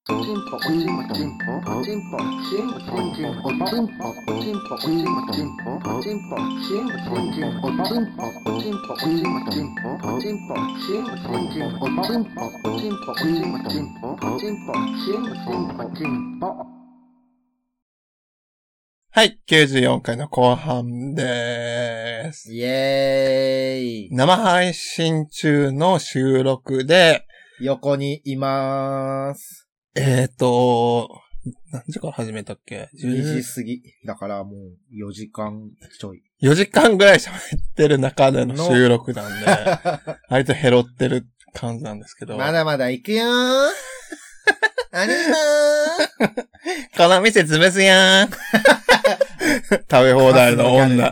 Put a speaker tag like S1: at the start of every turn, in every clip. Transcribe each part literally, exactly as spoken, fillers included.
S1: はい、きゅうじゅうよんかいの後半でーす。
S2: イエーイ。
S1: 生配信中の収録で、
S2: 横にいまーす。
S1: えーと、何時から始めたっけ ?
S2: にじ過ぎ。だからもうよじかんちょい。
S1: よじかんぐらい喋ってる中での収録なんで、割とヘロってる感じなんですけど。
S2: まだまだ行くよー。ありまー。
S1: この店潰すやん。食べ放題の女。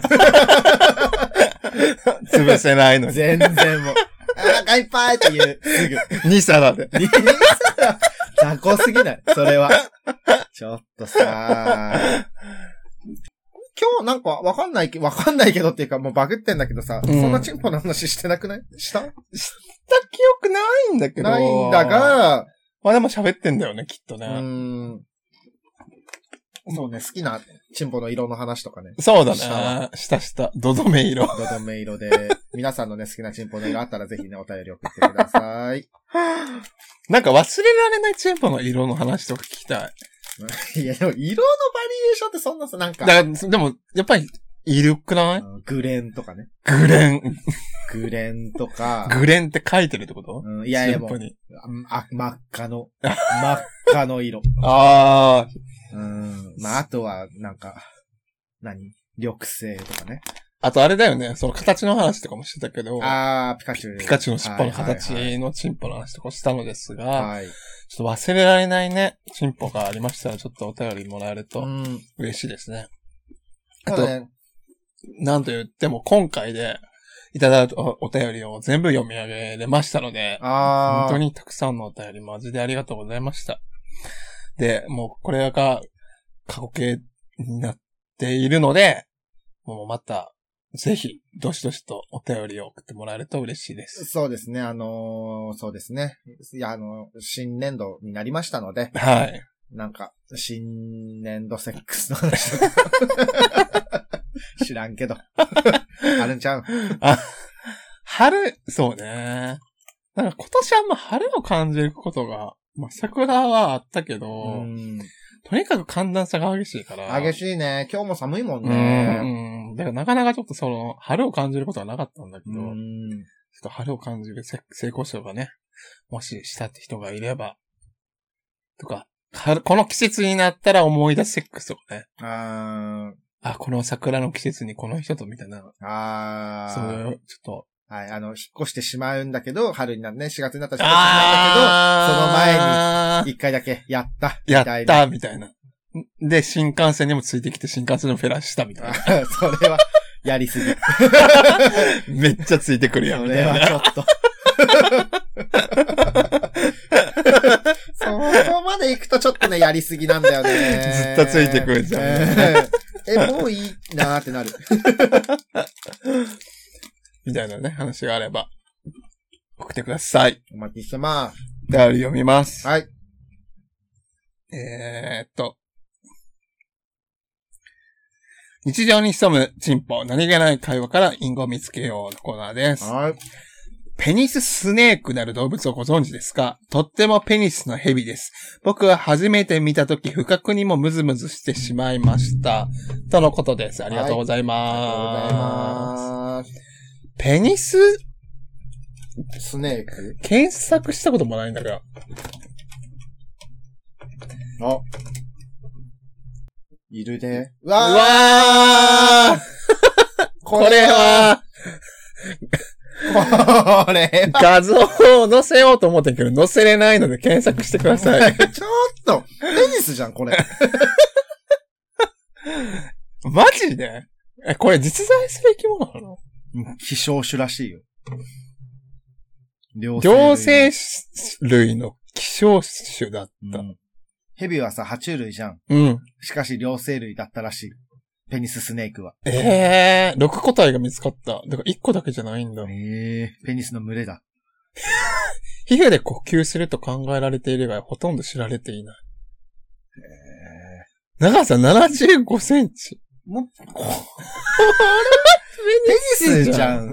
S1: 潰せないのに。
S2: 全然もう。あー、乾杯って言う。すぐ。
S1: に皿で。
S2: に皿雑魚すぎないそれは。ちょっとさ今日なんかわかんないけど、わかんないけどっていうかもうバグってんだけどさ、うん、そんなチンポの話してなくないしたした
S1: 記憶ないんだけど。
S2: ないんだが、
S1: まあでも喋ってんだよね、きっとね。
S2: うーん。そうね、好きなチンポの色の話とかね。
S1: そうだね。したした。ドドメ色。
S2: ドドメ色で、皆さんのね、好きなチンポの色あったらぜひね、お便り送ってください。
S1: なんか忘れられないチンポの色の話とか聞きた
S2: い。いや、でも色のバリエーションってそんなさ、なんか。
S1: だからでも、やっぱり、いるくない？
S2: グレンとかね。
S1: グレン。
S2: グレンとか。
S1: グレンって書いてるってこと？
S2: うん、いやいやもう。あ、真っ赤の。真っ赤の色。
S1: ああ。
S2: うん。まあ、あとは、なんか、何？緑星とかね。
S1: あとあれだよね、その形の話とかもしてたけど。
S2: ああ、ピカチュウ。
S1: ピカチュウの尻尾の形のチンポの話とかしたのですが、
S2: はい。
S1: ちょっと忘れられないね、チンポがありましたら、ちょっとお便りもらえると嬉しいですね。うん、あと、ね、なんと言っても今回でいただいたお便りを全部読み上げれましたので、
S2: あ
S1: 本当にたくさんのお便りマジでありがとうございました。で、もうこれが過去形になっているので、もうまた、ぜひ、どしどしとお便りを送ってもらえると嬉しいです。
S2: そうですね、あのー、そうですね。いや、あの、新年度になりましたので。
S1: はい。
S2: なんか、新年度セックスの話とか。知らんけど。あるんちゃう
S1: あ、春、そうね。なんか今年あんま春を感じることが、まあ、桜はあったけど、うんとにかく寒暖差が激しいから。
S2: 激しいね。今日も寒いもんね。
S1: うん。だからなかなかちょっとその、春を感じることはなかったんだけど、うんちょっと春を感じる成功者がね、もししたって人がいれば、とか、春、この季節になったら思い出すセックスとかね。
S2: あ
S1: あ、この桜の季節にこの人とみたいな。
S2: あ
S1: そういう、ちょっと、
S2: はい、あの、引っ越してしまうんだけど、春になるね、しがつになったら引っ越してしまうんだけど、その前に一回だけやった、
S1: みたいな。やった、みたいな。で、新幹線にもついてきて新幹線のフェラしたみたいな。
S2: それは、やりすぎ。
S1: めっちゃついてくるやん、みたいな。
S2: それはちょっと。そこまで行くとちょっとね、やりすぎなんだよね。
S1: ずっとついてくるじゃん。
S2: えー、え、もういいなーってなる。
S1: みたいなね、話があれば、送ってください。
S2: お待ちしてます。
S1: では読みます。
S2: はい。
S1: えーっと。日常に潜むチンポ、何気ない会話から隠語を見つけようのコーナーです。
S2: はい。
S1: ペニススネークなる動物をご存知ですか？とってもペニスのヘビです。僕は初めて見たとき不覚にもムズムズしてしまいました。とのことです。ありがとうございます。はい、ありがとうございます。ペニス
S2: スネーク
S1: 検索したこともないんだが。
S2: あ。いるで。
S1: うわーうわーこれは、
S2: これ
S1: 画像を載せようと思ったけど載せれないので検索してください。
S2: ちょっと、ペニスじゃん、これ。
S1: マジで？え、これ実在する生き物なの？
S2: 希少種らしいよ。
S1: 両生類の希少種だった。うん、
S2: ヘビはさ、爬虫類じゃん。
S1: うん。
S2: しかし両生類だったらしい。ペニススネークは。
S1: ええー、ろく個体が見つかった。だからいっこだけじゃないんだ。
S2: ええー、ペニスの群れだ。
S1: 皮膚で呼吸すると考えられている以外ほとんど知られていない。
S2: へ
S1: 長さななじゅうごセンチ。
S2: ーもう、こ
S1: ペ
S2: ペニスじゃん。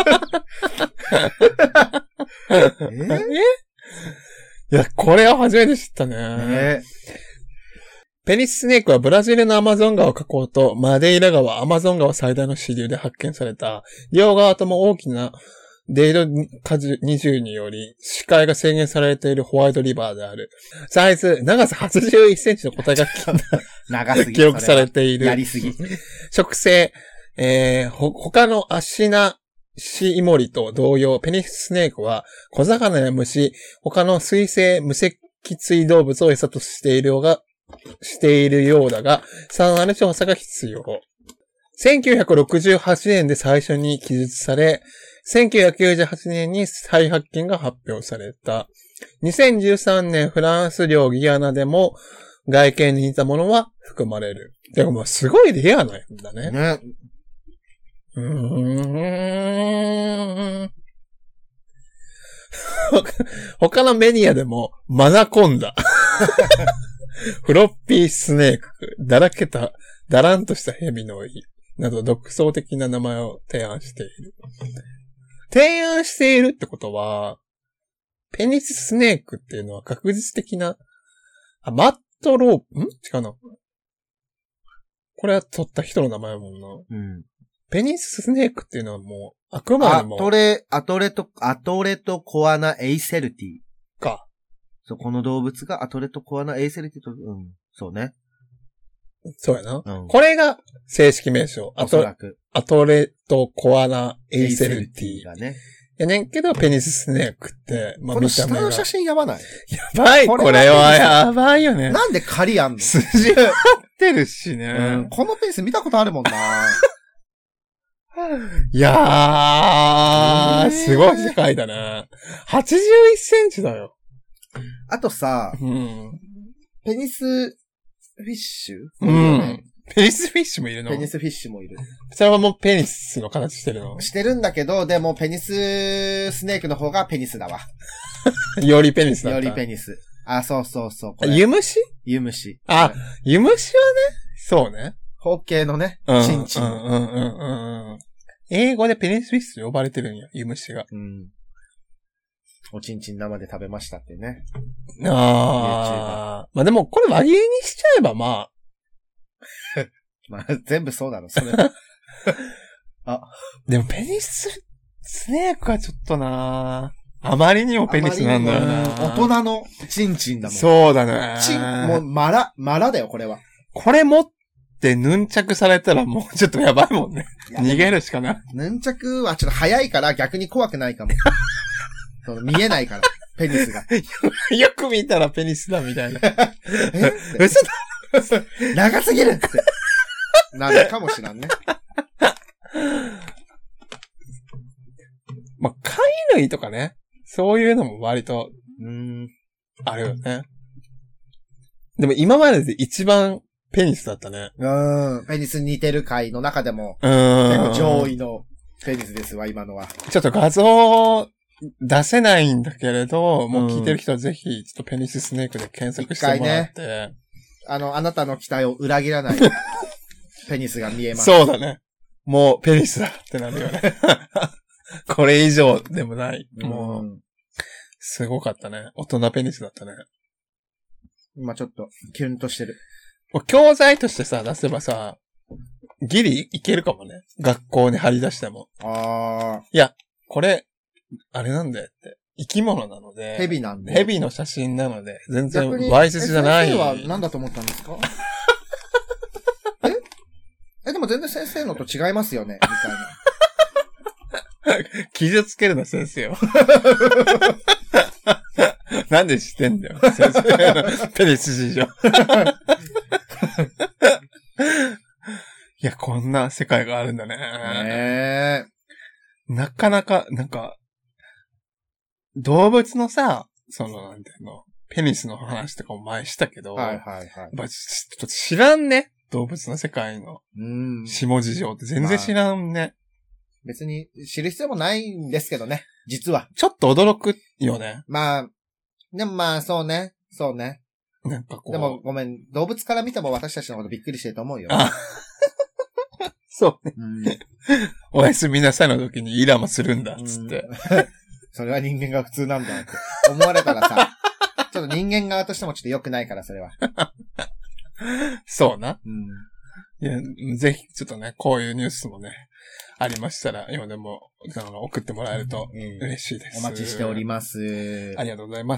S2: えー、
S1: いや、これは初めて知ったね。
S2: え
S1: ペニススネークはブラジルのアマゾン川河口とマデイラ川、アマゾン川最大の支流で発見された、両側とも大きなデイド果樹にじゅうにより視界が制限されているホワイトリバーである。サイズ、長さはちじゅういっセンチの個体が
S2: 長すぎ
S1: 記録されている。
S2: やりすぎ。
S1: 植生、えー、ほ、他のアシナシイモリと同様、ペニススネークは小魚や虫、他の水生無脊椎動物を餌としているようが、しているようだが、さらなる調査が必要。せんきゅうひゃくろくじゅうはちねんで最初に記述され、せんきゅうひゃくきゅうじゅうはちねんに再発見が発表された。にせんじゅうさんねんフランス領ギアナでも外見に似たものは含まれる。でもまあすごいレアなんだね。
S2: ね。
S1: うーん。他のメディアでもマナコンダ。フロッピースネーク、だらけた、だらんとした蛇の胃など独創的な名前を提案している。提案しているってことは、ペニススネークっていうのは確実的な、あ、マットロープ、ん違うな。これは取った人の名前だもんな。
S2: うん。
S1: ペニススネークっていうのはもう、あくまで
S2: ア
S1: も。
S2: トレ、アトレト、アトレトコアナエイセルティ。
S1: か。
S2: そう、この動物がアトレトコアナエイセルティと、うん、そうね。
S1: そうやな。
S2: うん、
S1: これが正式名称。
S2: おそらく。
S1: アトレトコアナエイセルティ。
S2: がね。
S1: やねんけど、ペニススネークって、
S2: まあ、この下の写真やばない？
S1: やばい、これはやばいよね。
S2: なんで狩りあんの？
S1: 筋張ってるしね、
S2: うん。このペニス見たことあるもんな。
S1: いやー、すごい世界だな。はちじゅういっセンチだよ。
S2: あとさ、
S1: うん、
S2: ペニスフィッシュ、
S1: うん、ペニスフィッシュもいるの？
S2: ペニスフィッシュもいる。
S1: それはもうペニスの形してるの？
S2: してるんだけど、でもペニススネークの方がペニスだわ。
S1: よりペニスだった。
S2: よりペニス。あ、そうそうそう。
S1: ユムシ？
S2: ユムシ。
S1: あ、ユムシはね、そうね。
S2: 方形のね、
S1: うん、
S2: チンチン。
S1: うんうんうんうん。英語でペニスフィッシュ呼ばれてるんや、ユムシが。
S2: うん。おちんちん生で食べましたってね。
S1: ああ。まあでもこれ輪切りにしちゃえばまあ。
S2: まあ全部そうだろ、それ。あ。
S1: でもペニス、スネークはちょっとなあまりにもペニスなんだよな。
S2: 大人のチンチンだもん。
S1: そうだね。
S2: チン、もうマラ、マラだよ、これは。
S1: これ持ってヌンチャクされたらもうちょっとやばいもんね。逃げるしかない。
S2: ヌンチャクはちょっと早いから逆に怖くないかも。その見えないから、ペニスが。
S1: よく見たらペニスだみたいな。
S2: え
S1: 嘘
S2: だ長すぎるって。なるかもしらんね。
S1: まあ、貝類とかね。そういうのも割と、
S2: うーん、
S1: あるよね。でも今までで一番ペニスだったね。
S2: うん。ペニスに似てる貝の中でも、
S1: うん。
S2: 上位のペニスですわ、今のは。
S1: ちょっと画像出せないんだけれど、もう聞いてる人はぜひ、ちょっとペニススネークで検索してもらって。ね、
S2: あの、あなたの期待を裏切らないペニスが見えます。
S1: そうだね。もうペニスだってなるよね。これ以上でもない。もう、すごかったね。大人ペニスだったね。
S2: 今ちょっと、キュンとしてる。
S1: もう教材としてさ、出せばさ、ギリいけるかもね。学校に貼り出しても。
S2: ああ。
S1: いや、これ、あれなんだよって。生き物なので。
S2: 蛇なんで。
S1: 蛇の写真なので、全然わいせつじゃない。
S2: 先生は何だと思ったんですか？ええ、でも全然先生のと違いますよねみたいな。
S1: 傷つけるな、先生を。なんで知ってんだよ、先生。ペニス事情。いや、こんな世界があるんだね。
S2: ね
S1: え。なかなか、なんか、動物のさ、その、なんていうの、ペニスの話とかも前したけど、
S2: はいはいはい。
S1: やっぱちょっと知らんね。動物の世界の、
S2: うん。
S1: 下事情って全然知らんね。
S2: まあ、別に知る必要もないんですけどね。 実は。
S1: ちょっと驚くよね。
S2: まあ、でもまあ、そうね。そうね。
S1: なんかこう。
S2: でもごめん、動物から見ても私たちのことびっくりしてると思うよ。
S1: あそうね。
S2: うん、
S1: おやすみなさいの時にイラもするんだ、つって。
S2: それは人間が普通なんだって思われたらさ、ちょっと人間側としてもちょっと良くないから、それは。
S1: そうな。
S2: うん
S1: いや、ぜひ、ちょっとね、こういうニュースもね、ありましたら、今でも、あの、送ってもらえると嬉しいです。
S2: お待ちしております。
S1: ありがとうございます。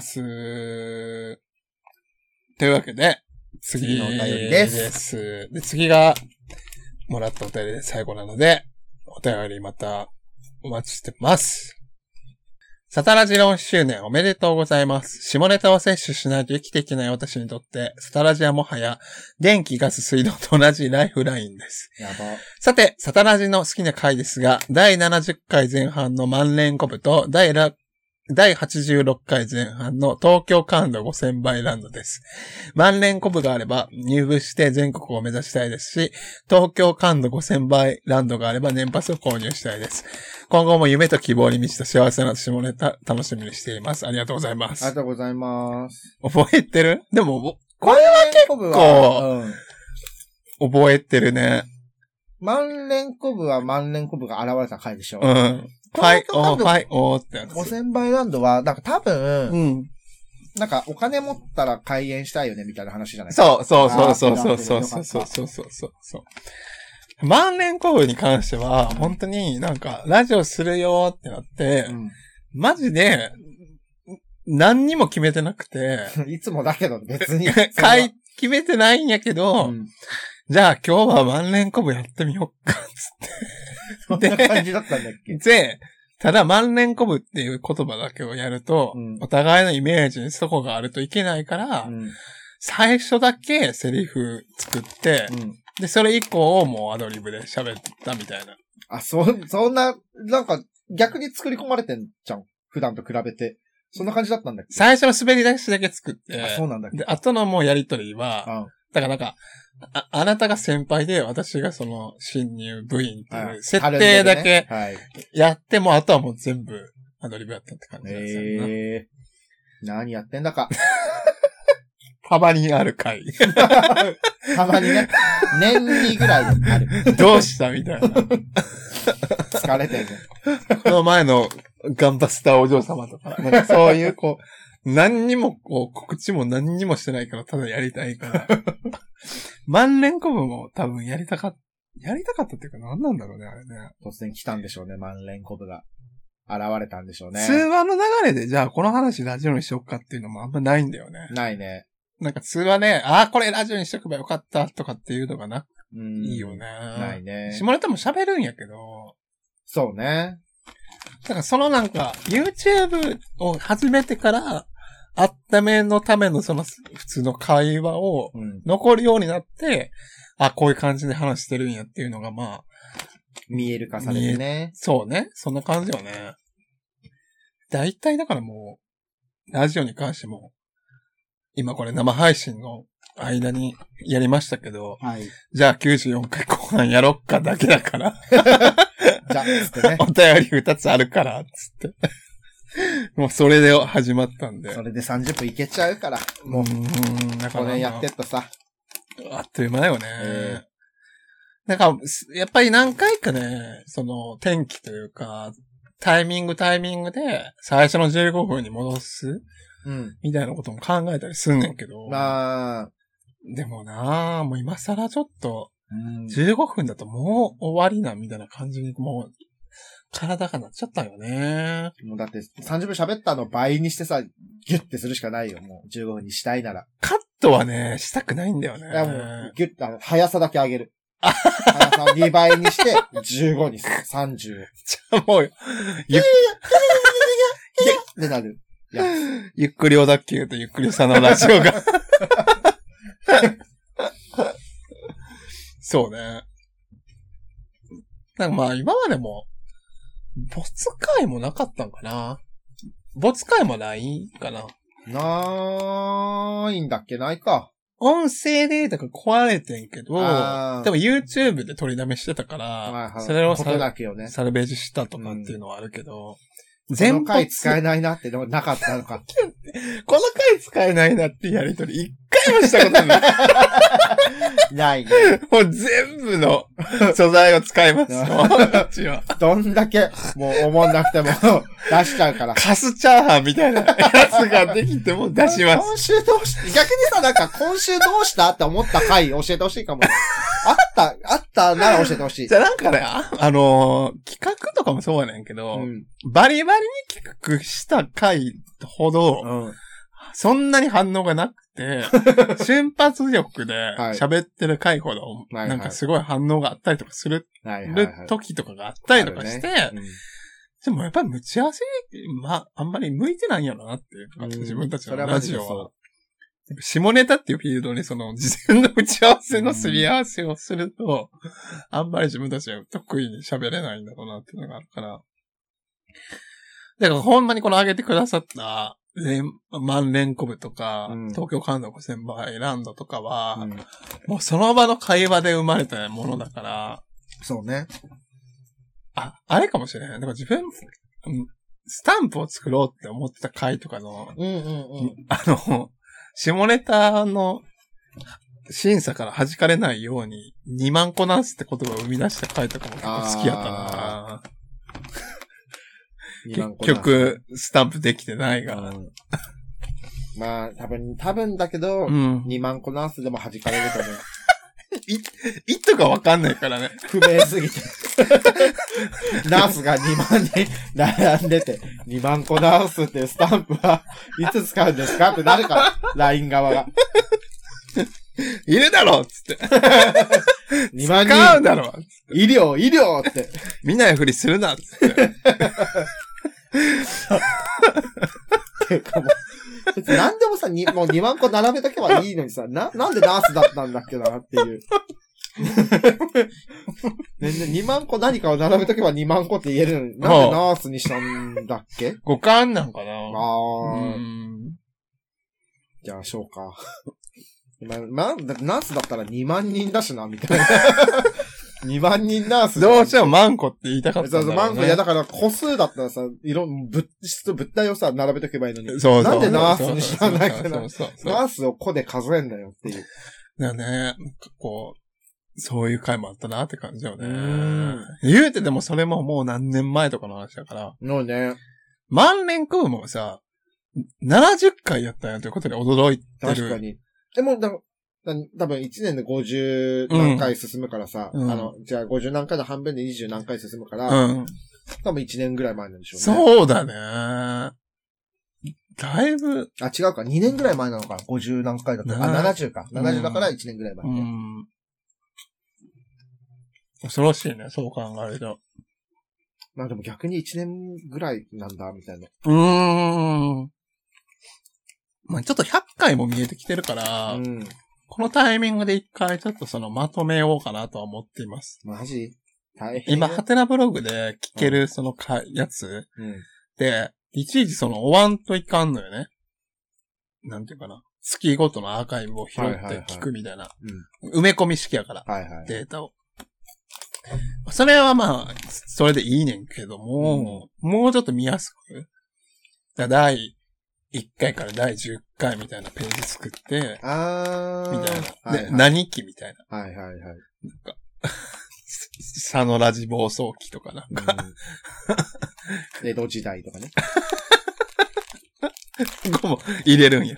S1: というわけで、次
S2: 次のお便りです。
S1: ですで、次が、もらったお便りで最後なので、お便りまた、お待ちしてます。サタラジよんしゅうねんおめでとうございます。下ネタを摂取しないと生きていけない私にとって、サタラジはもはや、電気、ガス、水道と同じライフラインです。
S2: やば。
S1: さて、サタラジの好きな回ですが、だいななじゅっかいぜん半の万年コブと、第はちじゅうろっかいぜん半の東京感度ごせんばいランドです。万年コブがあれば入部して全国を目指したいですし、東京感度ごせんばいランドがあれば年パスを購入したいです。今後も夢と希望に満ちた幸せな下ネタ楽しみにしています。ありがとうございます。
S2: ありがとうございます。
S1: 覚えてる？でも、これは結構、うん、覚えてるね。
S2: 万年コブは万年コブが現れた回でしょ。
S1: うん。はい、おー、はい、おーってやつ。
S2: ごせんばいランドは、なんか多分、
S1: うん。
S2: なんかお金持ったら開園したいよねみたいな話じゃない
S1: そう、そうそうそうそうそうそうそうそうそうそう。万年コブに関しては、本当になんか、ラジオするよってなって、うん、マジで、何にも決めてなくて。
S2: いつもだけど別に。
S1: 決めてないんやけど、うん、じゃあ今日は万年コブやってみよっか、つって。
S2: そんな感じだったんだっけ？
S1: で、ただ万年コブっていう言葉だけをやると、うん、お互いのイメージにそこがあるといけないから、うん、最初だけセリフ作って、うん、で、それ以降をもうアドリブで喋ったみたいな。
S2: あ、そ、そんな、なんか逆に作り込まれてんじゃん。普段と比べて。そんな感じだったんだっけ？
S1: 最初の滑り出しだけ作って、
S2: あ、そうなんだっけ？
S1: で、後のもうやりとりは、だからなんか、あ、あなたが先輩で、私がその、新入部員っていう、設定だけ、やっても、あとはもう全部、アドリブやったって感じなんですよね。
S2: えー、何やってんだか。
S1: たまにある回。
S2: たまにね。年にぐらいある。
S1: どうしたみたいな。
S2: 疲れてるね。
S1: この前の、ガンバスターお嬢様とか、なんかそういう、こう、何にも、こう、告知も何にもしてないから、ただやりたいから。万年コブも多分やりたかった、やりたかったっていうか何なんだろうね、あれね。
S2: 突然来たんでしょうね、万年コブが。現れたんでしょうね。
S1: 通話の流れで、じゃあこの話ラジオにしよっかっていうのもあんまないんだよね。
S2: ないね。
S1: なんか通話ね、ああ、これラジオにしとけばよかったとかっていうのがな、うん、いいよね。
S2: ないね。
S1: 下ネタも喋るんやけど。
S2: そうね。
S1: だからそのなんか、YouTube を始めてから、あっためのためのその普通の会話を残るようになって、うん、あ、こういう感じで話してるんやっていうのがまあ、
S2: 見える化されてね。
S1: そうね。そんな感じよね。だいたいだからもう、ラジオに関しても、今これ生配信の間にやりましたけど、はい、じゃあきゅうじゅうよんかい後半やろっかだけだから。じ
S2: ゃあ、つってね。
S1: お便りふたつあるから、つって。もうそれで始まったんで。
S2: それでさんじゅっぷんいけちゃうから。もう、うーん、だからこれやってっとさ。
S1: あっという間だよね。えー、なんか、やっぱり何回かね、その、天気というか、タイミングタイミングで、最初のじゅうごふんに戻す、うん、みたいなことも考えたりすんねんけど。まあ、でもなぁ、もう今更ちょっと、じゅうごふんだともう終わりな、みたいな感じに、もう、体がなっちゃったよね。
S2: もうだってさんじゅっぷん喋ったの倍にしてさ、ギュッてするしかないよ、もうじゅうごふんにしたいなら。
S1: カットはね、したくないんだよね。
S2: いやもう、ギュッて、あの、速さだけ上げる。速さをにばいにして、じゅうごにする。さんじゅう。
S1: じゃあもう、ゆっ、
S2: ってなる。
S1: ゆっくり小田急とゆっくりさのラジオが。そうね。なんかまあ今までも、没回もなかったんかな。没回もないかな。
S2: ないんだっけ？ないか。
S1: 音声データが壊れてんけど、でも YouTube で取りだめしてたから、はいはい、それをサル、ね、サルベージしたとかっていうのはあるけど、 全
S2: この回使えないなってのなかったのか。
S1: この回使えないなってやりとり一回もしたことない。
S2: ないね。
S1: もう全部の素材を使いますよ。うちは。
S2: どんだけ、もう思んなくても出しちゃうから。
S1: カスチャーハンみたいなやつができても出します。
S2: 今週どうし、逆にさ、なんか今週どうしたって思った回教えてほしいかも。あった、あったなら教えてほしい。
S1: じゃあなんかね、あ、あのー、企画とかもそうやねんけど、うん、バリバリに企画した回ほど、うん、そんなに反応がなくて、瞬発力で喋ってる回ほど、はい、なんかすごい反応があったりとかする、はいはいはい、時とかがあったりとかして、ねうん、でもやっぱり打ち合わせ、まあ、あんまり向いてないんやろなっていうか、うん、自分たちのラジオは。下ネタっていうフィールドにその事前の打ち合わせのすり合わせをすると、うん、あんまり自分たちは得意に喋れないんだろうなっていうのがあるから。だからほんまにこの上げてくださった、万連コブとか、うん、東京関東ごせんばいランドとかは、うん、もうその場の会話で生まれたものだから、
S2: そうね。
S1: あ、あれかもしれない。だから自分、スタンプを作ろうって思ってた回とかの、
S2: うんうんうん、
S1: あの、下ネタの審査から弾かれないように、にまんこなんすって言葉を生み出した回とかも結構好きやったな結局、スタンプできてないが。うん、
S2: まあ、多分、多分だけど、うん、にまんこナースでも弾かれると思う。
S1: い、いとかわかんないからね。
S2: 不明すぎて。ナースがにまんに並んでて、にまんこナースっていうスタンプはいつ使うんですかってなるから、ライン 側が。
S1: いるだろっつって。
S2: にまんにん。
S1: 使うだろっつって。
S2: 医療、医療って。
S1: 見ないふりするなっつって。
S2: てかもう、別に何でもさ、にもうにまんこ並べとけばいいのにさ、な、なんでナースだったんだっけなっていう。ねね、にまんこ何かを並べとけばにまんこって言えるのに、なんでナースにしたんだっけ？
S1: 五感なんかな。
S2: ああ。じゃあ、しょうか。ま、ま、だってナースだったらにまんにんだしな、みたいな。にまんにんナース。
S1: どうしてもマンコって言いたかったんだろうね。
S2: そうそう、マンコ。いや、だから個数だったらさ、いろん、物質と物体をさ、並べとけばいいのに。
S1: そうそう。
S2: なんでナースにしなきゃな。ナ
S1: そうそうそう。
S2: ースを個で数えんだよっていう。
S1: だよね。なんかこう、そういう回もあったなって感じだよね。うん。言うてでもそれももう何年前とかの話だから。
S2: のね。
S1: 万年空もさ、ななじゅっかいやったんやということで驚いてる。
S2: 確かに。でも、だ多分いちねんでごじゅう何回進むからさ、うん、あの、じゃあごじゅう何回の半分でにじゅう何回進むから、うん、多分いちねんぐらい前なんでしょうね。
S1: そうだね。だいぶ。
S2: あ、違うか。にねんぐらい前なのか。ごじゅう何回だった。あ、ななじゅうか。ななじゅうだからいちねんぐらい前、ね。うん。
S1: 恐ろしいね。そう考えると。
S2: まあでも逆にいちねんぐらいなんだ、みたいな。
S1: うーん。まあちょっとひゃっかいも見えてきてるから、うん、このタイミングで一回ちょっとそのまとめようかなとは思っています。
S2: マジ大変。
S1: 今、ハテナブログで聞けるそのか、うん、やつ、うん、で、いちいちその終わんといかんのよね。なんていうかな。月ごとのアーカイブを拾って聞くみたいな。埋め込み式やから、
S2: はいはい、
S1: データを。それはまあ、それでいいねんけども、うん、もうちょっと見やすく。だだいいっかいからだいじゅっかいみたいなページ作って、
S2: あ
S1: ーみたいな。で、
S2: はいはい、
S1: 何期みたい
S2: な。はいはいはい。
S1: なんか、佐野ラジ暴走期とかなんか、
S2: うん。江戸時代とかね。
S1: ここも入れるんや。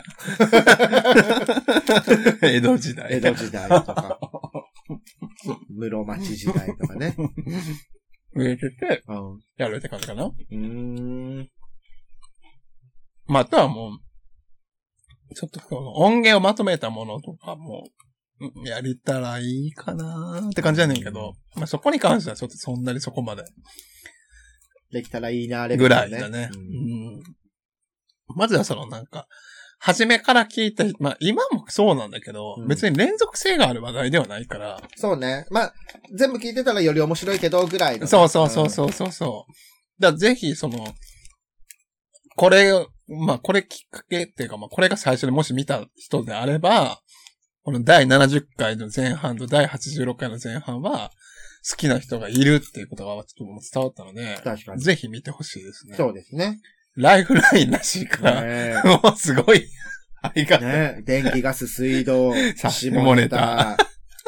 S1: 江戸時代。
S2: 江戸時代とか。室町時代とかね。
S1: 植えてて、やるって感じかな。
S2: うーん。
S1: まあ、あとはもう、ちょっとこの音源をまとめたものとかも、やりたらいいかなーって感じやねんけど、まあそこに関してはちょっとそんなにそこまで。
S2: できたらいいな、レ
S1: ベルね。ぐらいだね。うんうん、まずはそのなんか、初めから聞いた、まあ今もそうなんだけど、うん、別に連続性がある話題ではないから。
S2: そうね。まあ、全部聞いてたらより面白いけど、ぐらいの、ね。
S1: そうそうそうそうそうそう。だからぜひその、これ、まあこれきっかけっていうか、まあこれが最初にもし見た人であれば、このだいななじゅっかいの前半とだいはちじゅうろっかいの前半は、 好きな人がいるっていうことがちょっと伝わったので、
S2: 確かに。
S1: ぜひ見てほしいですね。
S2: そうですね。
S1: ライフラインらしいから、
S2: ね、
S1: もうすごい、ありがたい。
S2: ね、電気、ガス、水道、下ネタ。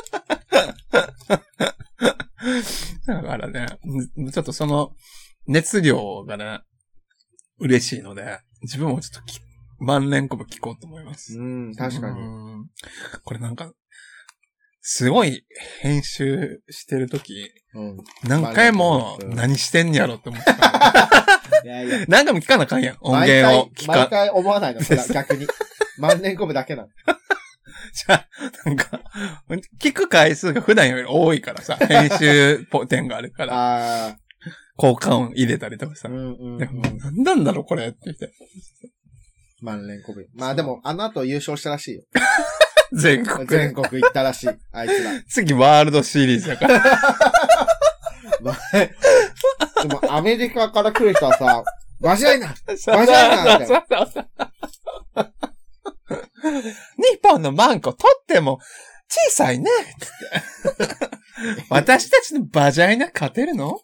S1: だからね、ちょっとその熱量がね、嬉しいので、自分もちょっとき万連コブ聞こうと思います。
S2: うん、確かに。
S1: うんこれなんか、すごい編集してるとき、うん、何回も何してんやろって思ってた。いやいや何回も聞かなあかんやん。音源を聞か。
S2: 毎回思わないの、それは逆に。万年コブだけなの。
S1: じゃあ、なんか、聞く回数が普段より多いからさ、編集点があるから。あ効果音入れたりとかさ。うんうんうん、何なんだろうこれって言って。
S2: 万年コブ。まあでも、あの後優勝したらしいよ。
S1: 全国。
S2: 全国行ったらしい。あいつら。
S1: 次ワールドシリーズだから。
S2: でもアメリカから来る人はさ、間違いな間違いなって。
S1: 日本のマンコとっても小さいね。私たちのバジャイナ勝てるの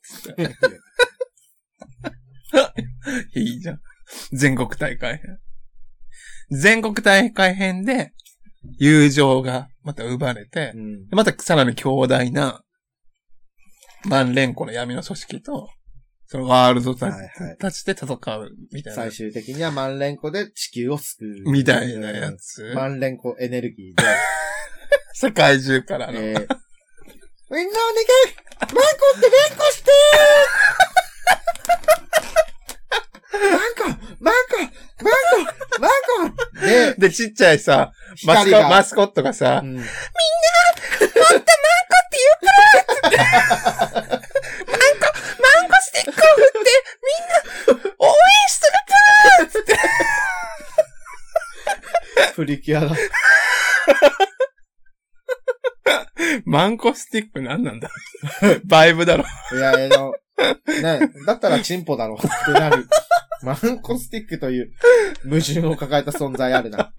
S1: いいじゃん。全国大会編。全国大会編で友情がまた生まれて、うん、またさらに強大な万連湖の闇の組織と、そのワールドたちで戦うみたいな。
S2: 最終的には万連湖で地球を救う。
S1: みたいなやつ。
S2: 万連湖エネルギーで。
S1: 世界中からの。えー、みんなお願い
S2: マンコって連呼してーマンコマンコマンコマンコ
S1: で、で、ちっちゃいさ、マスコマスコットがさ、うん、みんなもっとマンコって言うからマンコ、マンコスティックを振ってみんな応援してるプルーって
S2: プリキュアだ。
S1: マンコスティックなんなんだバイブだろ。
S2: いやいや、ね、だったらチンポだろってなる。マンコスティックという矛盾を抱えた存在あるな。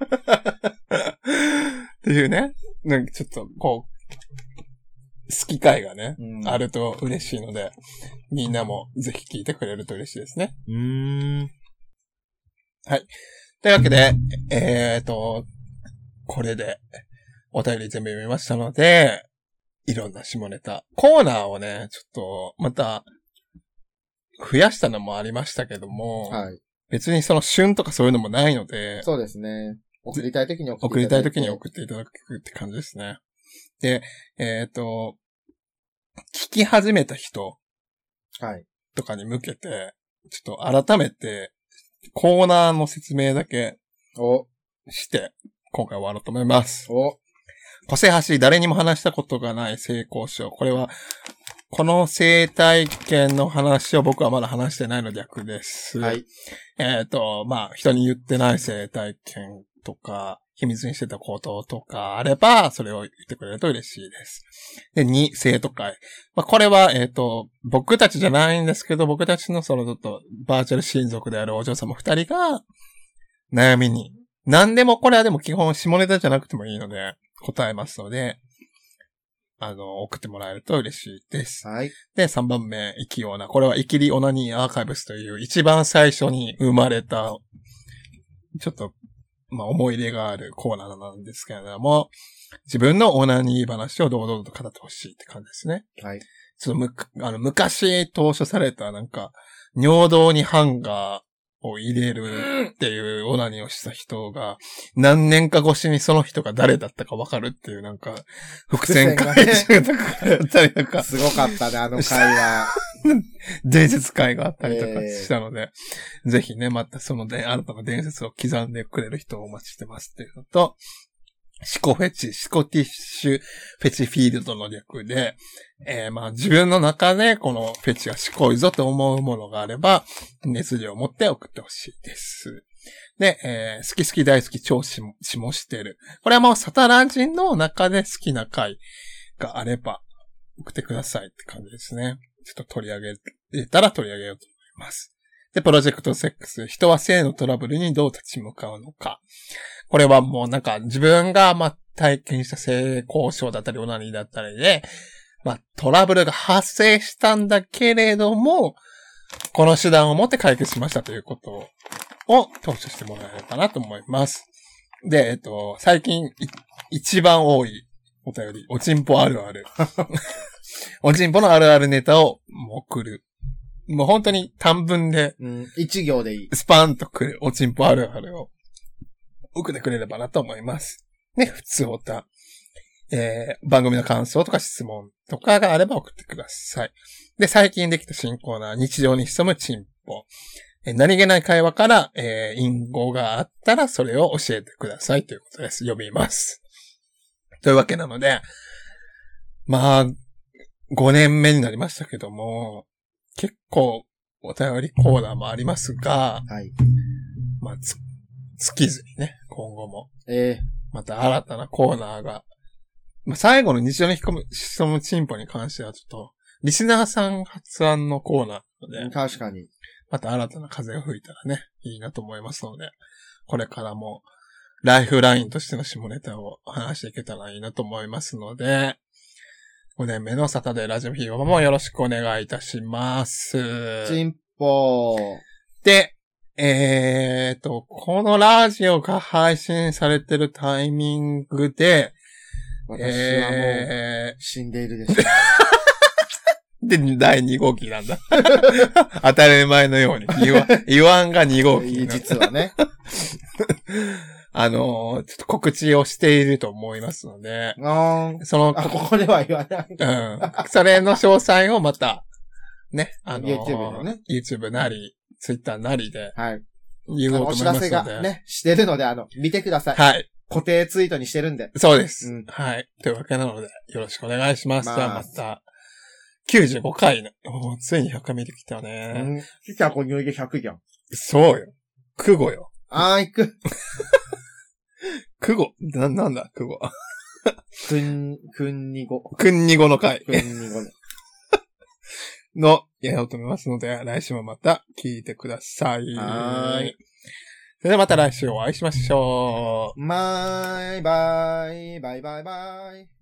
S1: っていうね。なんかちょっと、こう、好き会がね、うん、あると嬉しいので、みんなもぜひ聞いてくれると嬉しいですね。うーん。はい。というわけで、えーと、これで、お便り全部読みましたので、いろんな下ネタ。コーナーをね、ちょっと、また、増やしたのもありましたけども、はい、別にその旬とかそういうのもないので、
S2: そうですね。送りたい時に送
S1: っていただく。送りたい時に送っていただくって感じですね。で、えっと、聞き始めた人、はい。とかに向けて、ちょっと改めて、コーナーの説明だけ、をして、今回終わろうと思います。お個性発し、誰にも話したことがない性交渉。これは、この性体験の話を僕はまだ話してないので逆です。はい。えっと、まあ、人に言ってない性体験とか、秘密にしてたこととかあれば、それを言ってくれると嬉しいです。で、に、生徒会。まあ、これは、えっと、僕たちじゃないんですけど、僕たちのそのちょっと、バーチャル親族であるお嬢様二人が、悩みに、何でも、これはでも基本下ネタじゃなくてもいいので、答えますので、あの、送ってもらえると嬉しいです。はい。で、さんばんめ、生きオナ。これは生きりオナニーアーカイブスという一番最初に生まれた、ちょっと、まあ、思い入れがあるコーナーなんですけれども、自分のオナニー話を堂々と語ってほしいって感じですね。はい。ちょっとむ、あの、昔投書されたなんか、尿道にハンガーを入れるっていうオナニーをした人が、何年か越しにその人が誰だったかわかるっていうなんか、伏線回収とかあったりとか。
S2: すごかったね、あの回は。
S1: 伝説回があったりとかしたので、えー、ぜひね、またそので、新たな伝説を刻んでくれる人をお待ちしてますっていうのと、シコフェチ、シコティッシュフェチフィールドの略で、えー、まあ自分の中でこのフェチがシコいぞと思うものがあれば、熱量を持って送ってほしいです。で、えー、好き好き大好き超しも、しもしてる。これはもうサタラジの中で好きな回があれば送ってくださいって感じですね。ちょっと取り上げれたら取り上げようと思います。で、プロジェクトセックス。人は性のトラブルにどう立ち向かうのか。これはもうなんか自分がまあ体験した性交渉だったりオナニーだったりで、 まあ、トラブルが発生したんだけれども、この手段を持って解決しましたということを投書してもらえればなと思います。で、えっと、最近一番多いお便り、おちんぽあるある。おちんぽのあるあるネタを送る。もう本当に短文で、
S2: うん、一行でいい。
S1: スパンとくるおちんぽあるあるを送ってくれればなと思います。ね、普通おた。えー、番組の感想とか質問とかがあれば送ってください。で、最近できた新コーナー、日常に潜むチンポ。えー、何気ない会話から、えー、隠語があったらそれを教えてくださいということです。読みます。というわけなので、まあ、ごねんめになりましたけども、結構お便りコーナーもありますが、
S2: はい。
S1: まあ、つ、尽きずにね、今後も。
S2: ええー。
S1: また新たなコーナーが、まあ、最後の日常に潜むチンポに関してはちょっと、リスナーさん発案のコーナーなので、
S2: 確かに。
S1: また新たな風が吹いたらね、いいなと思いますので、これからも、ライフラインとしての下ネタを話していけたらいいなと思いますので、ごねんめのサタデーラジオヒーローもよろしくお願いいたします。
S2: チンポー。
S1: で、えーと、このラジオが配信されてるタイミングで、
S2: 私はもう死んでいるでしょう。
S1: で、だいに号機なんだ。当たり前のように。言わ、言わんがに号機。
S2: 実はね。
S1: あのー、ちょっと告知をしていると思いますので、
S2: あ
S1: その、
S2: あ、ここでは言わない。
S1: うん。それの詳細をまた、ね、あのー、
S2: YouTube のね。
S1: YouTube なり、Twitter なりで、
S2: はい。
S1: 言おうと思いますので。
S2: お知らせがね、してるので、あの、見てください。
S1: はい。
S2: 固定ツイートにしてるんで。
S1: そうです。
S2: うん、
S1: はい。というわけなので、よろしくお願いします。
S2: まあ、
S1: じゃあまた、きゅうじゅうごかいの、もうついにひゃっかい見てきたね。
S2: うん。ひゃく入れひゃくじゃん。
S1: そうよ。クゴよ。
S2: あー、いく。
S1: クゴな、なんだ、クゴ。
S2: くん、くんにご。
S1: くんにごの回。
S2: くんにごね。
S1: の、やろうと思いますので、来週もまた聞いてください。
S2: はーい。
S1: それではまた来週お会いしましょう。
S2: バイバイ、バイバイバイ。